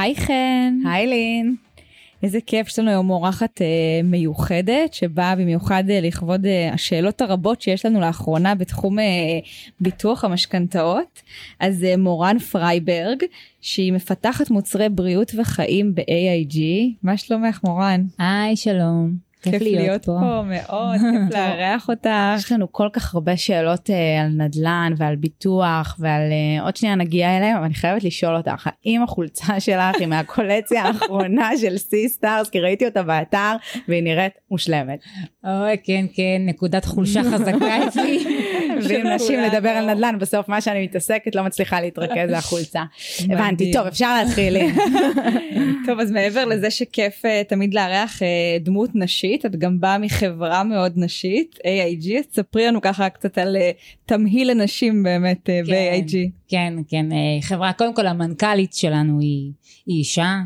היי חן. היי לין. איזה כיף, יש לנו היום אורחת מיוחדת, שבאה במיוחד לכבוד השאלות הרבות שיש לנו לאחרונה בתחום ביטוח המשכנתאות. אז מורן פרייברג, שהיא מפתחת מוצרי בריאות וחיים ב-AIG. מה שלומך מורן? היי, שלום. כיף להיות פה מאוד, כיף לארח אותך. יש לנו כל כך הרבה שאלות על נדל"ן ועל ביטוח ועל עוד שנייה נגיע אליהם, אבל אני חייבת לשאול אותך, האם החולצה שלך היא מהקולקציה האחרונה של סי-סטארס, כי ראיתי אותה באתר והיא נראית מושלמת. אוי, כן, כן, נקודת חולשה חזקה אצלי. ואם נשים לדבר על נדל"ן, בסוף מה שאני מתעסקת לא מצליחה להתרכז זה החולצה. הבנתי, טוב, אפשר להתחיל. טוב, אז מעבר לזה שכיף תמיד לארח דמות נשית, את גם באה מחברה מאוד נשית, AIG, תספרי לנו ככה קצת על תמהיל לנשים באמת ב-AIG. כן, כן, חברה, קודם כל המנכ"לית שלנו היא אישה,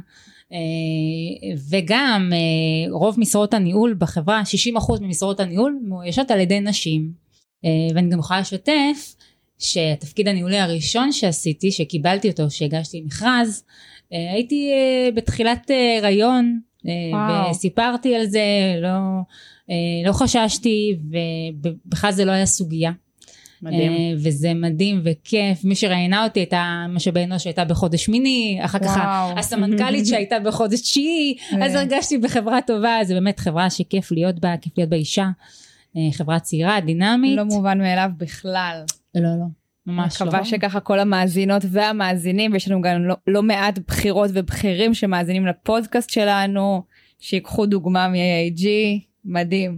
וגם רוב משרות הניהול בחברה, 60% ממשרות הניהול מאוישות על ידי נשים, ואני גם יכולה לשתף שהתפקיד הניהולי הראשון שעשיתי, שקיבלתי אותו, שהגשתי מכרז, הייתי בתחילת רעיון, וסיפרתי על זה, לא חששתי, ובכלל זה לא היה סוגיה. מדהים. וזה מדהים וכיף. מי שראיינה אותי הייתה משאבי אנוש שהייתה בחודש שמיני, אחר כך הסמנכ"לית שהייתה בחודש תשיעי, אז הרגשתי בחברה טובה. זה באמת חברה שכיף להיות בה, כיף להיות באישה, חברה צעירה, דינמית. לא מובן מאליו בכלל. לא, לא. ממש לא. מקווה שככה כל המאזינות והמאזינים, ויש לנו גם לא מעט בחירות ובחירים שמאזינים לפודקאסט שלנו, שיקחו דוגמה מ-AIG, מדהים.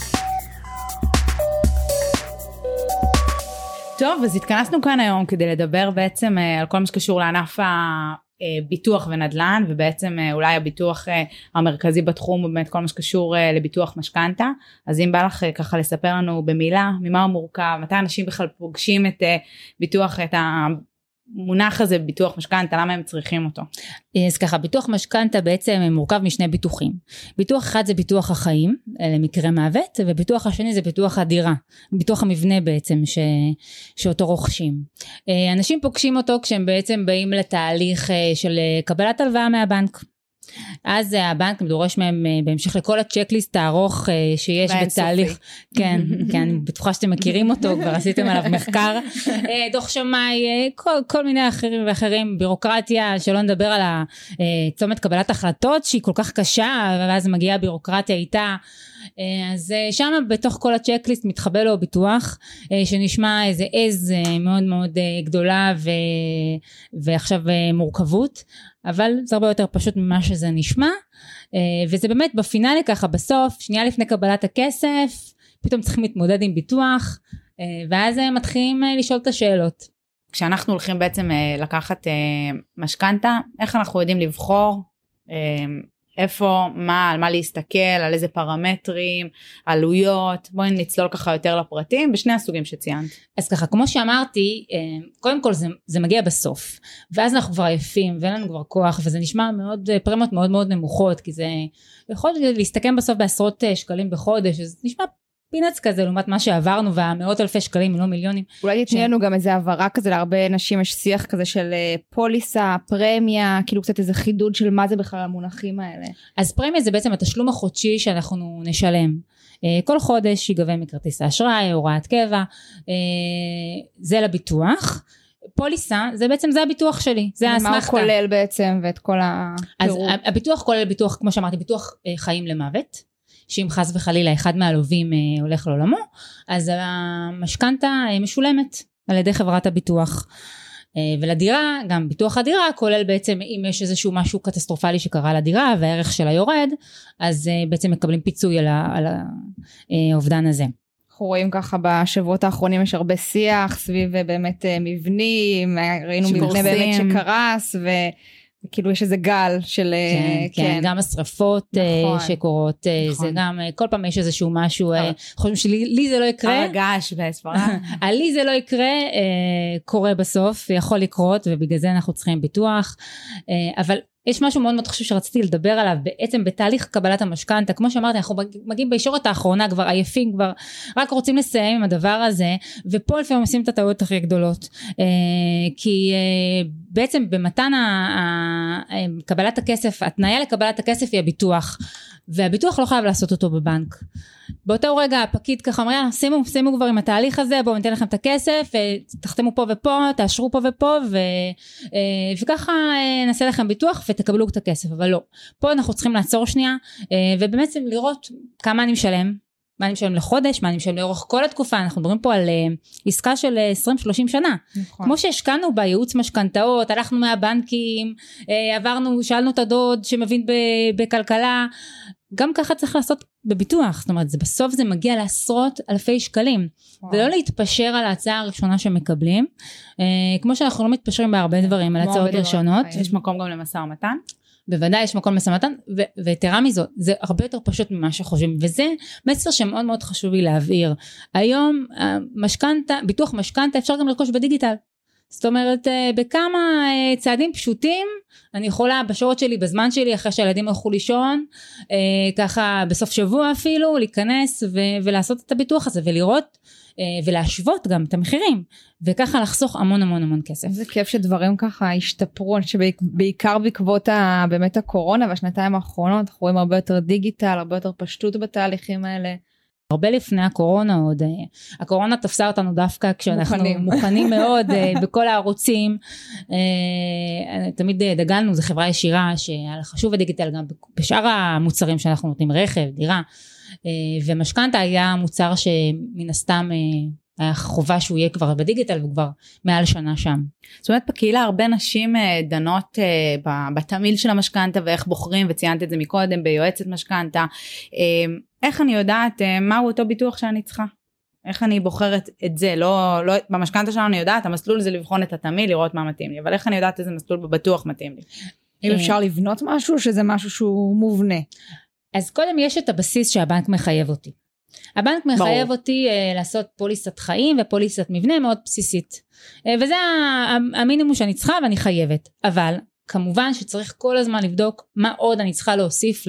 טוב, אז התכנסנו כאן היום כדי לדבר בעצם על כל מה שקשור לענף הביטוח ונדל"ן, ובעצם אולי הביטוח המרכזי בתחום, באמת כל מה שקשור לביטוח משכנתה. אז אם בא לך ככה לספר לנו במילה, ממה הוא מורכב, מתי אנשים בכלל פוגשים את ביטוח, את המונח הזה ביטוח משכנתה, למה הם צריכים אותו? אז ככה, ביטוח משכנתה בעצם מורכב משני ביטוחים. ביטוח אחד זה ביטוח החיים, למקרה מוות, וביטוח השני זה ביטוח הדירה, ביטוח המבנה בעצם שאותו רוכשים. אנשים פוגשים אותו כשהם בעצם באים לתהליך של קבלת הלוואה מהבנק. אז הבנק דורש מהם בהמשך לכל הצ'קליסט הארוך שיש בתהליך, כן, אני בטוחה שאתם מכירים אותו, כבר עשיתם עליו מחקר, דוח שמאי, כל מיני אחרים ואחרים, בירוקרטיה, שלא נדבר על צומת קבלת החלטות שהיא כל כך קשה, ואז מגיעה בירוקרטיה איתה. אז שם בתוך כל הצ'קליסט מתחבא לו ביטוח שנשמע איזה עז מאוד מאוד גדולה ועכשיו מורכבות, אבל זה הרבה יותר פשוט ממה שזה נשמע, וזה באמת בפינאלי ככה בסוף, שנייה לפני קבלת הכסף, פתאום צריכים להתמודד עם ביטוח, ואז מתחילים לשאול את השאלות. כשאנחנו הולכים בעצם לקחת משכנתה, איך אנחנו יודעים לבחור, איפה, על מה להסתכל, על איזה פרמטרים, עלויות, בואי נצלול ככה יותר לפרטים, בשני הסוגים שציינת. אז ככה, כמו שאמרתי, קודם כל זה מגיע בסוף, ואז אנחנו כבר עייפים, ואין לנו כבר כוח, וזה נשמע מאוד, פרמיות מאוד מאוד נמוכות, כי זה יכול להסתכם בסוף בעשרות שקלים בחודש, אז נשמע פינץ כזה, לעומת מה שעברנו, והמאות אלפי שקלים, לא מיליונים. אולי תתני לנו גם איזה עברה כזה, להרבה נשים יש שיח כזה של פוליסה, פרמיה, כאילו קצת איזה חידוד של מה זה בכלל המונחים האלה. אז פרמיה זה בעצם התשלום החודשי שאנחנו נשלם. כל חודש ייגבה מכרטיס האשראי, הוראת קבע, זה לביטוח. פוליסה, זה בעצם זה הביטוח שלי, זה האסמכתה. מה הוא כולל בעצם ואת כל הפירוט? אז הביטוח כולל ביטוח, כמו שאמרתי, ביטוח חיים למוות. שאם חס וחלילה אחד מהלווים הולך לעולמו, אז המשכנתה משולמת על ידי חברת הביטוח. ולדירה, גם ביטוח הדירה כולל בעצם אם יש איזשהו משהו קטסטרופלי שקרה לדירה והערך שלה יורד, אז בעצם מקבלים פיצוי על האובדן הזה. אנחנו רואים ככה בשבועות האחרונים יש הרבה שיח סביב באמת מבנים, ראינו מבנה באמת שקרס כאילו יש איזה גל של כן, גם השריפות שקורות, זה גם כל פעם יש איזשהו משהו, חושבים שלי זה לא יקרה, הרגש בהסברה, לי זה לא יקרה, קורה בסוף, יכול לקרות, ובגלל זה אנחנו צריכים ביטוח, אבל יש משהו מאוד מאוד חשוב שרציתי לדבר עליו, בעצם בתהליך קבלת המשכנתא, כמו שאמרתי, אנחנו מגיעים בישורת האחרונה, כבר עייפים, כבר רק רוצים לסיים עם הדבר הזה, ופה לפעמים עושים את הטעויות הכי גדולות, כי בעצם במתן קבלת הכסף, התנאיה לקבלת הכסף היא הביטוח, והביטוח לא חייב לעשות אותו בבנק. באותו רגע הפקיד ככה אומר, שימו כבר עם התהליך הזה, בואו ניתן לכם את הכסף, תחתמו פה ופה, תאשרו פה ופה, וככה נעשה לכם ביטוח ותקבלו את הכסף, אבל לא. פה אנחנו צריכים לעצור שנייה, ובאמת לראות כמה אני משלם, מה אני משלם לחודש, מה אני משלם לאורך כל התקופה, אנחנו מדברים פה על עסקה של 20-30 שנה. נכון. כמו שהשקענו בייעוץ משכנתאות, הלכנו מהבנקים, עברנו, שאלנו את הדוד שמבין בכלכלה, גם ככה צריך לעשות בביטוח, זאת אומרת, בסוף זה מגיע לעשרות אלפי שקלים, ולא להתפשר על ההצעה הראשונה שמקבלים, כמו שאנחנו לא מתפשרים בהרבה דברים, על הצעות ראשונות. יש מקום גם למשא ומתן? בוודאי יש מקום למשא ומתן, ויתרה מזאת, זה הרבה יותר פשוט ממה שחושבים, וזה מסר שמאוד מאוד חשוב לי להבהיר. היום, ביטוח משכנתא אפשר גם לרכוש בדיגיטל. זאת אומרת, בכמה צעדים פשוטים, אני יכולה בשעות שלי, בזמן שלי, אחרי שהילדים הלכו לישון, ככה בסוף שבוע אפילו, להיכנס ולעשות את הביטוח הזה, ולראות ולהשוות גם את המחירים, וככה לחסוך המון המון המון כסף. זה כיף שדברים ככה השתפרו, שבעיקר בעקבות באמת הקורונה, והשנתיים האחרונות, אנחנו רואים הרבה יותר דיגיטל, הרבה יותר פשטות בתהליכים האלה. הרבה לפני הקורונה עוד, הקורונה תפסה אותנו דווקא כשאנחנו מוכנים מאוד בכל הערוצים, תמיד דגלנו, זו חברה ישירה שהיה חשוב בדיגיטל גם בשאר המוצרים שאנחנו נותנים, רכב, דירה, ומשכנתא היה מוצר שמן הסתם היה חובה שהוא יהיה כבר בדיגיטל וכבר מעל שנה שם. זאת אומרת בקהילה הרבה נשים דנות בתמיל של המשכנתא ואיך בוחרים, וציינת את זה מקודם ביועצת משכנתא, איך אני יודעת מהו אותו ביטוח שאני צריכה? איך אני בוחרת את זה? לא, במשכנתא שלנו אני יודעת, המסלול זה לבחון את התמיל, לראות מה מתאים לי, אבל איך אני יודעת איזה מסלול בבטוח מתאים לי? אם אפשר לבנות משהו, שזה משהו שהוא מובנה. אז קודם יש את הבסיס שהבנק מחייב אותי. הבנק מחייב אותי לעשות פוליסת חיים ופוליסת מבנה מאוד בסיסית. וזה המינימום שאני צריכה ואני חייבת. אבל כמובן שצריך כל הזמן לבדוק מה עוד אני צריכה להוסיף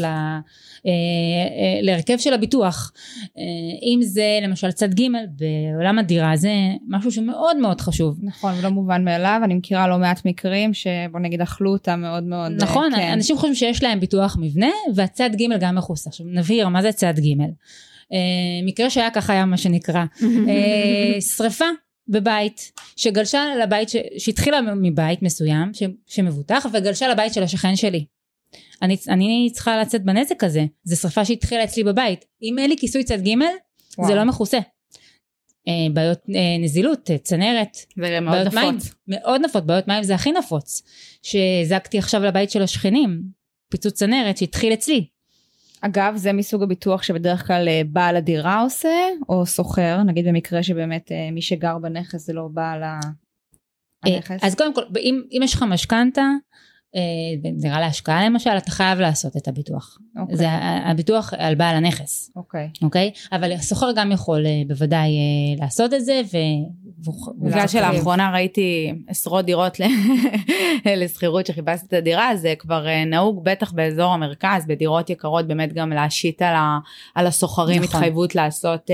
להרכב של הביטוח. אם זה למשל צד ג' בעולם הדירה, זה משהו שמאוד מאוד חשוב. נכון, ולא מובן מאליו, אני מכירה לא מעט מקרים שבוא נגיד אכלו אותם מאוד מאוד. נכון, כן. אנשים חושבים שיש להם ביטוח מבנה, והצד ג' גם מחוס. עכשיו נבהיר מה זה צד ג'. מקרה שהיה ככה היה מה שנקרא, שריפה בבית, שגלשה לבית, שהתחילה מבית מסוים, שמבוטח, וגלשה לבית של השכן שלי. אני צריכה לצאת בנזק הזה, זה שריפה שהתחילה אצלי בבית. אם אין לי כיסוי צד ג', זה לא מכוסה. בעיות נזילות, צנרת, בעיות מים, מאוד נפוץ, בעיות מים זה הכי נפוץ, שזקתי עכשיו לבית של השכנים, פיצוץ צנרת שהתחיל אצלי. אגב, זה מסוג הביטוח שבדרך כלל בעל הדירה עושה, או סוחר, נגיד במקרה שבאמת מי שגר בנכס זה לא בעל הנכס. אז קודם כל, אם יש לך משכנתא, דירה להשקעה למשל, אתה חייב לעשות את הביטוח. זה הביטוח על בעל הנכס. אוקיי? אבל הסוחר גם יכול בוודאי לעשות את זה, בגלל שלאחרונה ראיתי עשרות דירות לסחירות שחיפשתי את הדירה, זה כבר נהוג בטח באזור המרכז, בדירות יקרות באמת גם להשית על הסוחרים התחייבות לעשות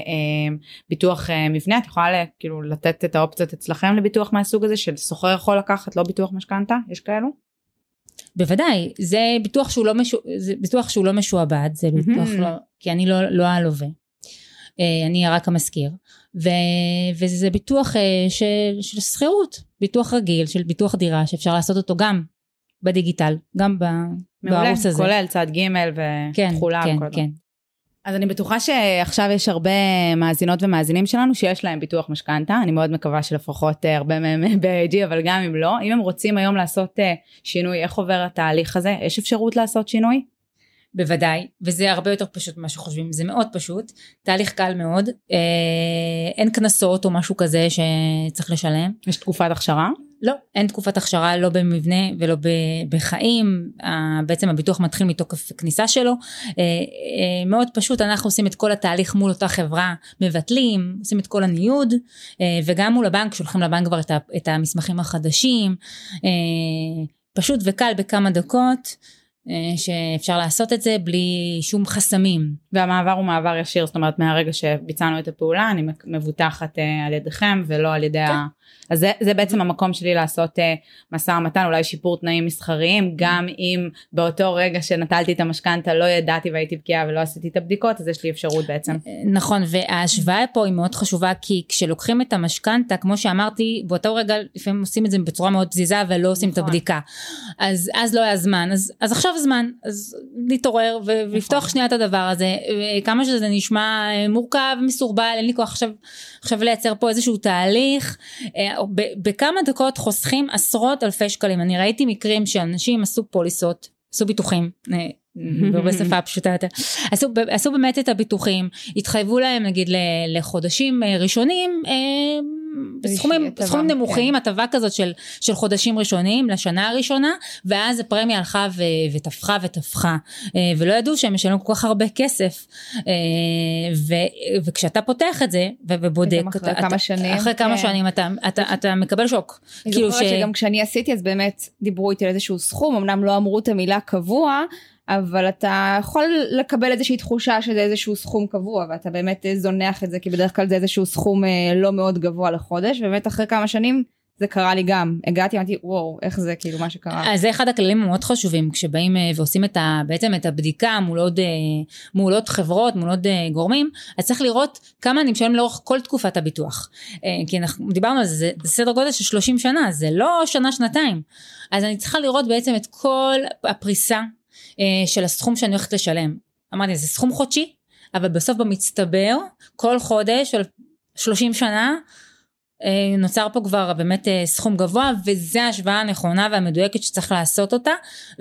ביטוח מבנה. את יכולה כאילו לתת את האופציות אצלכם לביטוח מהסוג הזה, של סוחר יכול לקחת לא ביטוח משכנתא? יש כאלו? בוודאי, זה ביטוח שהוא לא משועבד, זה ביטוח לא, כי אני לא הלווה. אני רק המזכיר, וזה ביטוח של סחירות, ביטוח רגיל, של ביטוח דירה, שאפשר לעשות אותו גם בדיגיטל, גם בערוץ הזה. כולל צד ג' ותחולה. כן, כן. אז אני בטוחה שעכשיו יש הרבה מאזינות ומאזינים שלנו שיש להם ביטוח משכנתא, אני מאוד מקווה שלפחות הרבה מהם ב-AG, אבל גם אם לא, אם הם רוצים היום לעשות שינוי, איך עובר התהליך הזה? יש אפשרות לעשות שינוי? בוודאי, וזה הרבה יותר פשוט ממה שחושבים, זה מאוד פשוט, תהליך קל מאוד, אין כנסות או משהו כזה שצריך לשלם. יש תקופת הכשרה? לא, אין תקופת הכשרה, לא במבנה ולא בחיים, בעצם הביטוח מתחיל מתוקף כניסה שלו, מאוד פשוט, אנחנו עושים את כל התהליך מול אותה חברה, מבטלים, עושים את כל הניוד, וגם מול הבנק, שולחים לבנק כבר את המסמכים החדשים, פשוט וקל בכמה דקות, שאפשר לעשות את זה בלי שום חסמים. והמעבר הוא מעבר ישיר, זאת אומרת מהרגע שביצענו את הפעולה, אני מבוטחת על ידיכם ולא על ידי אז זה בעצם המקום שלי לעשות משא ומתן, אולי שיפור תנאים מסחריים, גם אם באותו רגע שנטלתי את המשכנתה לא ידעתי והייתי בקיאה ולא עשיתי את הבדיקות, אז יש לי אפשרות בעצם. נכון, וההשוואה פה היא מאוד חשובה, כי כשלוקחים את המשכנתה, כמו שאמרתי, באותו רגע לפעמים עושים את זה בצורה מאוד פזיזה ולא עושים את הבדיקה. אז לא היה זמן, אז עכשיו זמן, אז להתעורר ולפתוח שנייה את הדבר הזה, כמה שזה נשמע מורכב, מסורבל, אין לי כוח עכשיו לייצר פה איזשהו תהליך, בכמה דקות חוסכים עשרות אלפי שקלים. אני ראיתי מקרים שאנשים עשו פוליסות, עשו ביטוחים, בשפה פשוטה יותר, עשו באמת את הביטוחים, התחייבו להם נגיד לחודשים ראשונים, בסכומים נמוכים, הטבה כזאת של חודשים ראשונים לשנה הראשונה, ואז הפרמיה הלכה ותפחה, ולא ידעו שהם משלמים כל כך הרבה כסף, וכשאתה פותח את זה ובודק, אחרי כמה שנים אתה מקבל שוק. אני זוכרת שגם כשאני עשיתי, אז באמת דיברו איתי על איזשהו סכום, אמנם לא אמרו את המילה קבוע, אבל אתה יכול לקבל איזושהי תחושה שזה איזשהו סכום קבוע, ואתה באמת זונח את זה, כי בדרך כלל זה איזשהו סכום לא מאוד גבוה לחודש, ובאמת אחרי כמה שנים זה קרה לי גם, הגעתי, אמרתי, וואו, איך זה כאילו מה שקרה. אז זה אחד הכללים המאוד חשובים, כשבאים ועושים בעצם את הבדיקה מול עוד חברות, מול עוד גורמים, אז צריך לראות כמה אני משלם לאורך כל תקופת הביטוח, כי אנחנו דיברנו על זה, זה סדר גודל של 30 שנה, זה לא שנה-שנתיים, אז אני צריכה לראות בעצם את כל הפריסה, של הסכום שאני הולכת לשלם. אמרתי, זה סכום חודשי, אבל בסוף במצטבר, כל חודש, של 30 שנה, נוצר פה כבר באמת סכום גבוה, וזה ההשוואה הנכונה והמדויקת שצריך לעשות אותה,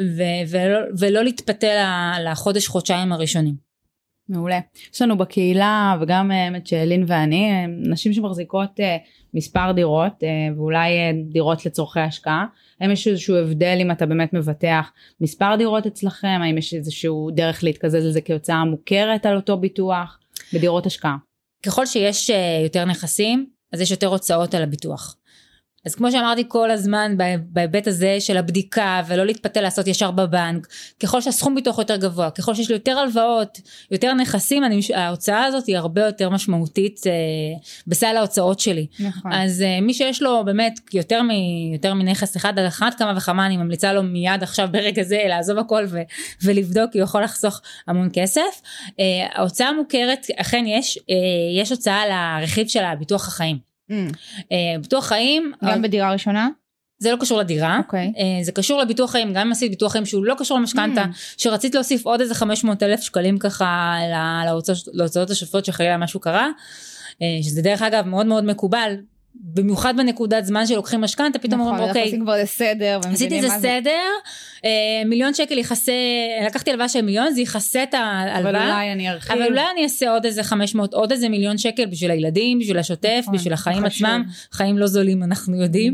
ולא להתפתה לחודש-חודשיים הראשונים. מעולה. יש לנו בקהילה, וגם לין ואני, נשים שמחזיקות מספר דירות, ואולי דירות לצורכי השקעה, האם יש איזשהו הבדל אם אתה באמת מבטח מספר דירות אצלכם, האם יש איזשהו דרך להתקזז על זה כהוצאה מוכרת על אותו ביטוח, בדירות השקעה? ככל שיש יותר נכסים, אז יש יותר הוצאות על הביטוח. אז כמו שאמרתי כל הזמן, בהיבט הזה של הבדיקה, ולא להתפתה לעשות ישר בבנק, ככל שהסכום ביטוח יותר גבוה, ככל שיש לי יותר הלוואות, יותר נכסים, ההוצאה הזאת היא הרבה יותר משמעותית בסל ההוצאות שלי. נכון. אז מי שיש לו באמת יותר מנכס אחד על אחת, כמה וכמה אני ממליצה לו מיד עכשיו ברגע זה, לעזוב הכל ולבדוק, כי הוא יכול לחסוך המון כסף. ההוצאה המוכרת, אכן יש הוצאה לרכיב של הביטוח החיים. ביטוח חיים גם בדירה ראשונה? זה לא קשור לדירה, זה קשור לביטוח חיים, גם אם עשית ביטוח חיים שהוא לא קשור למשכנתה, שרצית להוסיף עוד איזה 500,000 שקלים ככה להוצאות השוטפות שחלילה משהו קרה, שזה דרך אגב מאוד מאוד מקובל, במיוחד בנקודת זמן שלוקחים משכנתה, פתאום אומרים אוקיי, עשיתי איזה סדר, מיליון שקל יחסה, לקחתי הלוואה של מיליון, זה יחסה את ההלוואה, אבל אולי אני אעשה עוד איזה 500, עוד איזה מיליון שקל בשביל הילדים, בשביל השוטף, בשביל החיים עצמם, חיים לא זולים אנחנו יודעים,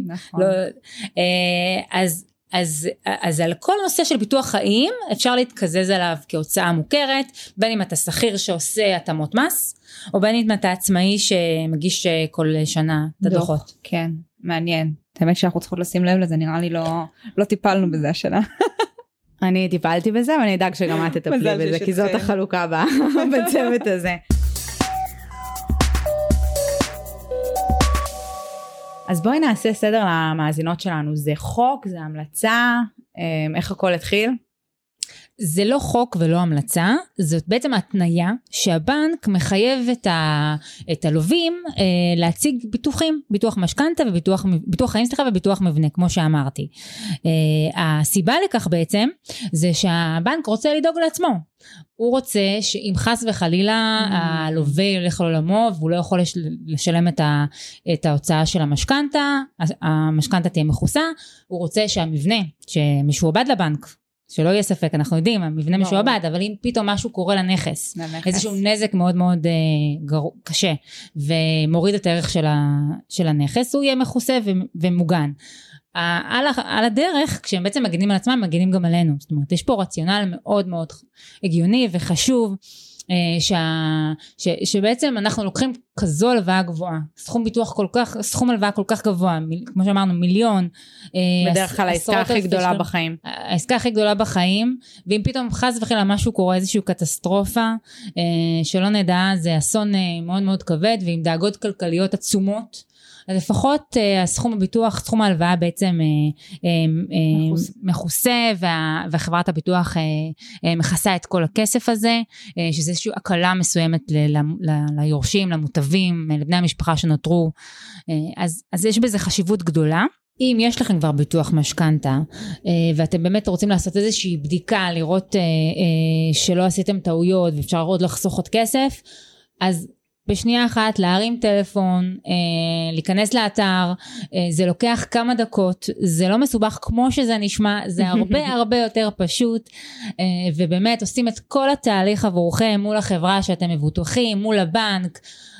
אז על כל נושא של ביטוח חיים, אפשר להתקזז עליו כהוצאה מוכרת, בין אם אתה שכיר שעושה התאמות מס, או בין אם אתה עצמאי שמגיש כל שנה את הדוחות. כן, מעניין. האמת שאנחנו צריכות לשים לב לזה, נראה לי לא טיפלנו בזה השנה. אני טיפלתי בזה, ואני אדאג שגם את תטפלי בזה, כי זאת החלוקה בצוות הזה. אז בואי נעשה סדר למאזינות שלנו, זה חוק, זה המלצה, איך הכל התחיל? זה לא חוק ולא המלצה, זאת בעצם התניה שהבנק מחייב את הלווים להציג ביטוחים, ביטוח משכנתה וביטוח חיים וביטוח מבנה, כמו שאמרתי. הסיבה לכך בעצם זה שהבנק רוצה לדאוג לעצמו. הוא רוצה שאם חס וחלילה הלווה ילך לעולמו והוא לא יכול לשלם את ההוצאה של המשכנתה, המשכנתה תהיה מכוסה, הוא רוצה שהמבנה שמשועבד לבנק, שלא יהיה ספק, אנחנו יודעים, המבנה משועבד, אבל אם פתאום משהו קורה לנכס, איזשהו נזק מאוד מאוד קשה, ומוריד את הערך של הנכס, הוא יהיה מכוסה ומוגן. על הדרך, כשהם בעצם מגנים על עצמם, מגנים גם עלינו. זאת אומרת, יש פה רציונל מאוד מאוד הגיוני וחשוב, שבעצם אנחנו לוקחים כזו הלוואה גבוהה, סכום הלוואה כל כך גבוה, כמו שאמרנו, מיליון. בדרך כלל העסקה הכי גדולה בחיים. העסקה הכי גדולה בחיים, ואם פתאום חס וחלילה משהו קורה, איזושהי קטסטרופה, שלא נדע, זה אסון מאוד מאוד כבד, ועם דאגות כלכליות עצומות, אז לפחות הסכום הביטוח, סכום ההלוואה בעצם מכוסה, וחברת הביטוח מכסה את כל הכסף הזה, שזה איזושהי הקלה מסוימת ליורשים, למוטבים, לבני המשפחה שנותרו, אז יש בזה חשיבות גדולה. אם יש לכם כבר ביטוח משכנתה, ואתם באמת רוצים לעשות איזושהי בדיקה, לראות שלא עשיתם טעויות, ואפשר עוד לחסוך עוד כסף, אז בשנייה אחת להרים טלפון, להיכנס לאתר, זה לוקח כמה דקות, זה לא מסובך כמו שזה נשמע, זה הרבה הרבה יותר פשוט, ובאמת עושים את כל התהליך עבורכם מול החברה שאתם מבוטחים, מול הבנק,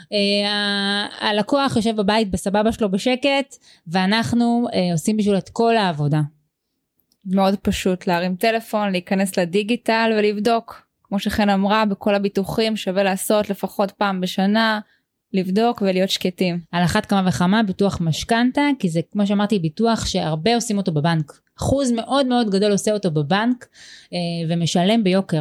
הלקוח יושב בבית בסבבה שלו בשקט, ואנחנו עושים בשביל את כל העבודה. מאוד פשוט להרים טלפון, להיכנס לדיגיטל ולבדוק. כמו שחן אמרה, בכל הביטוחים שווה לעשות לפחות פעם בשנה, לבדוק ולהיות שקטים. על אחת כמה וכמה ביטוח משכנתה, כי זה כמו שאמרתי ביטוח שהרבה עושים אותו בבנק. אחוז מאוד מאוד גדול עושה אותו בבנק, ומשלם ביוקר.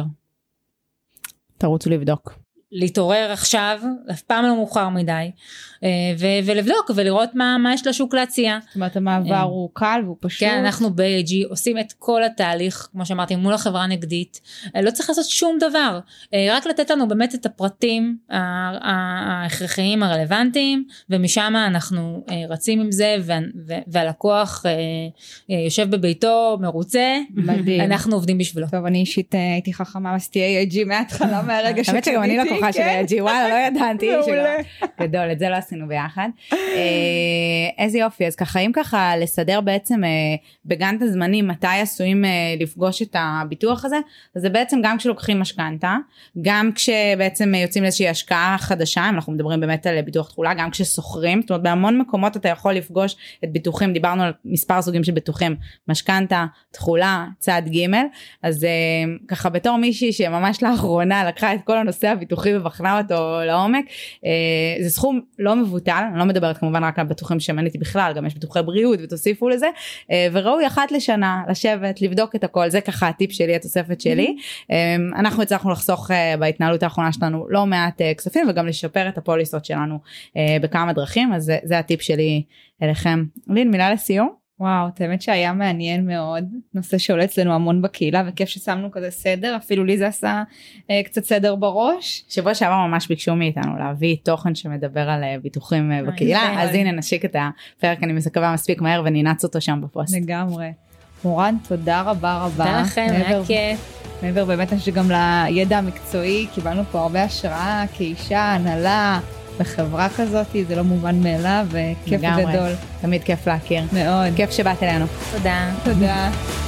תרוצו לבדוק. להתעורר עכשיו, אף פעם לא מאוחר מדי, ולבדוק ולראות מה יש לשוק להציע. זאת אומרת, המעבר הוא קל והוא פשוט. כן, אנחנו ב-AG עושים את כל התהליך, כמו שאמרתי, מול החברה הנגדית, לא צריך לעשות שום דבר, רק לתת לנו באמת את הפרטים ההכרחיים הרלוונטיים, ומשם אנחנו רצים עם זה, והלקוח יושב בביתו מרוצה, מדהים. אנחנו עובדים בשבילו. טוב, אני אישית הייתי חכמה עשיתי AG מההתחלה, מהרגע האמת שגם אני לקוחה של AG, וואלה, לא ידעתי. גדול, את זה לא עשינו ביחד. איזה יופי, אז ככה, אם ככה לסדר בעצם בגנת הזמנים, מתי עשויים לפגוש את הביטוח הזה, אז זה בעצם גם כשלוקחים משכנתה, גם כשבעצם יוצאים לאיזושהי השקעה חדשה, אנחנו מדברים באמת על ביטוח תחולה, גם כשסוחרים, זאת אומרת, בהמון מקומות אתה יכול לפגוש את ביטוחים, דיברנו על מספר סוגים של ביטוחים, משכנתה, תחולה, צד ג', אז ככה בתור מישהי שממש לאחרונה לקחה את כל הנושא הביטוחי ובחנה אותו לעומק, זה סכום לא מבוטל, אני לא מדברת כמובן רק על ביטוחים שמניתי בכלל, גם יש ביטוחי בריאות ותוסיפו לזה, וראוי אחת לשנה לשבת, לבדוק את הכל, זה ככה הטיפ שלי, התוספת שלי, אנחנו הצלחנו לחסוך בהתנהלות האחרונה שלנו לא מעט כספים, וגם לשפר את הפוליסות שלנו בכמה דרכים, אז זה הטיפ שלי אליכם. לין, מילה לסיום? וואו, האמת שהיה מעניין מאוד, נושא שעולה אצלנו המון בקהילה, וכיף ששמנו כזה סדר, אפילו לי זה עשה קצת סדר בראש. שבוע שעבר ממש ביקשו מאיתנו להביא תוכן שמדבר על ביטוחים בקהילה, אז הנה נשיק את הפרק, אני מסקווה מספיק מהר ונינץ אותו שם בפוסט. לגמרי. מורן, תודה רבה רבה. תודה לכם, היה כיף. מעבר באמת שגם לידע המקצועי, קיבלנו פה הרבה השראה כאישה, הנהלה, בחברה כזאת, זה לא מובן מאליו, וכיף גדול. תמיד כיף להכיר. מאוד. כיף שבאת אלינו. תודה. תודה.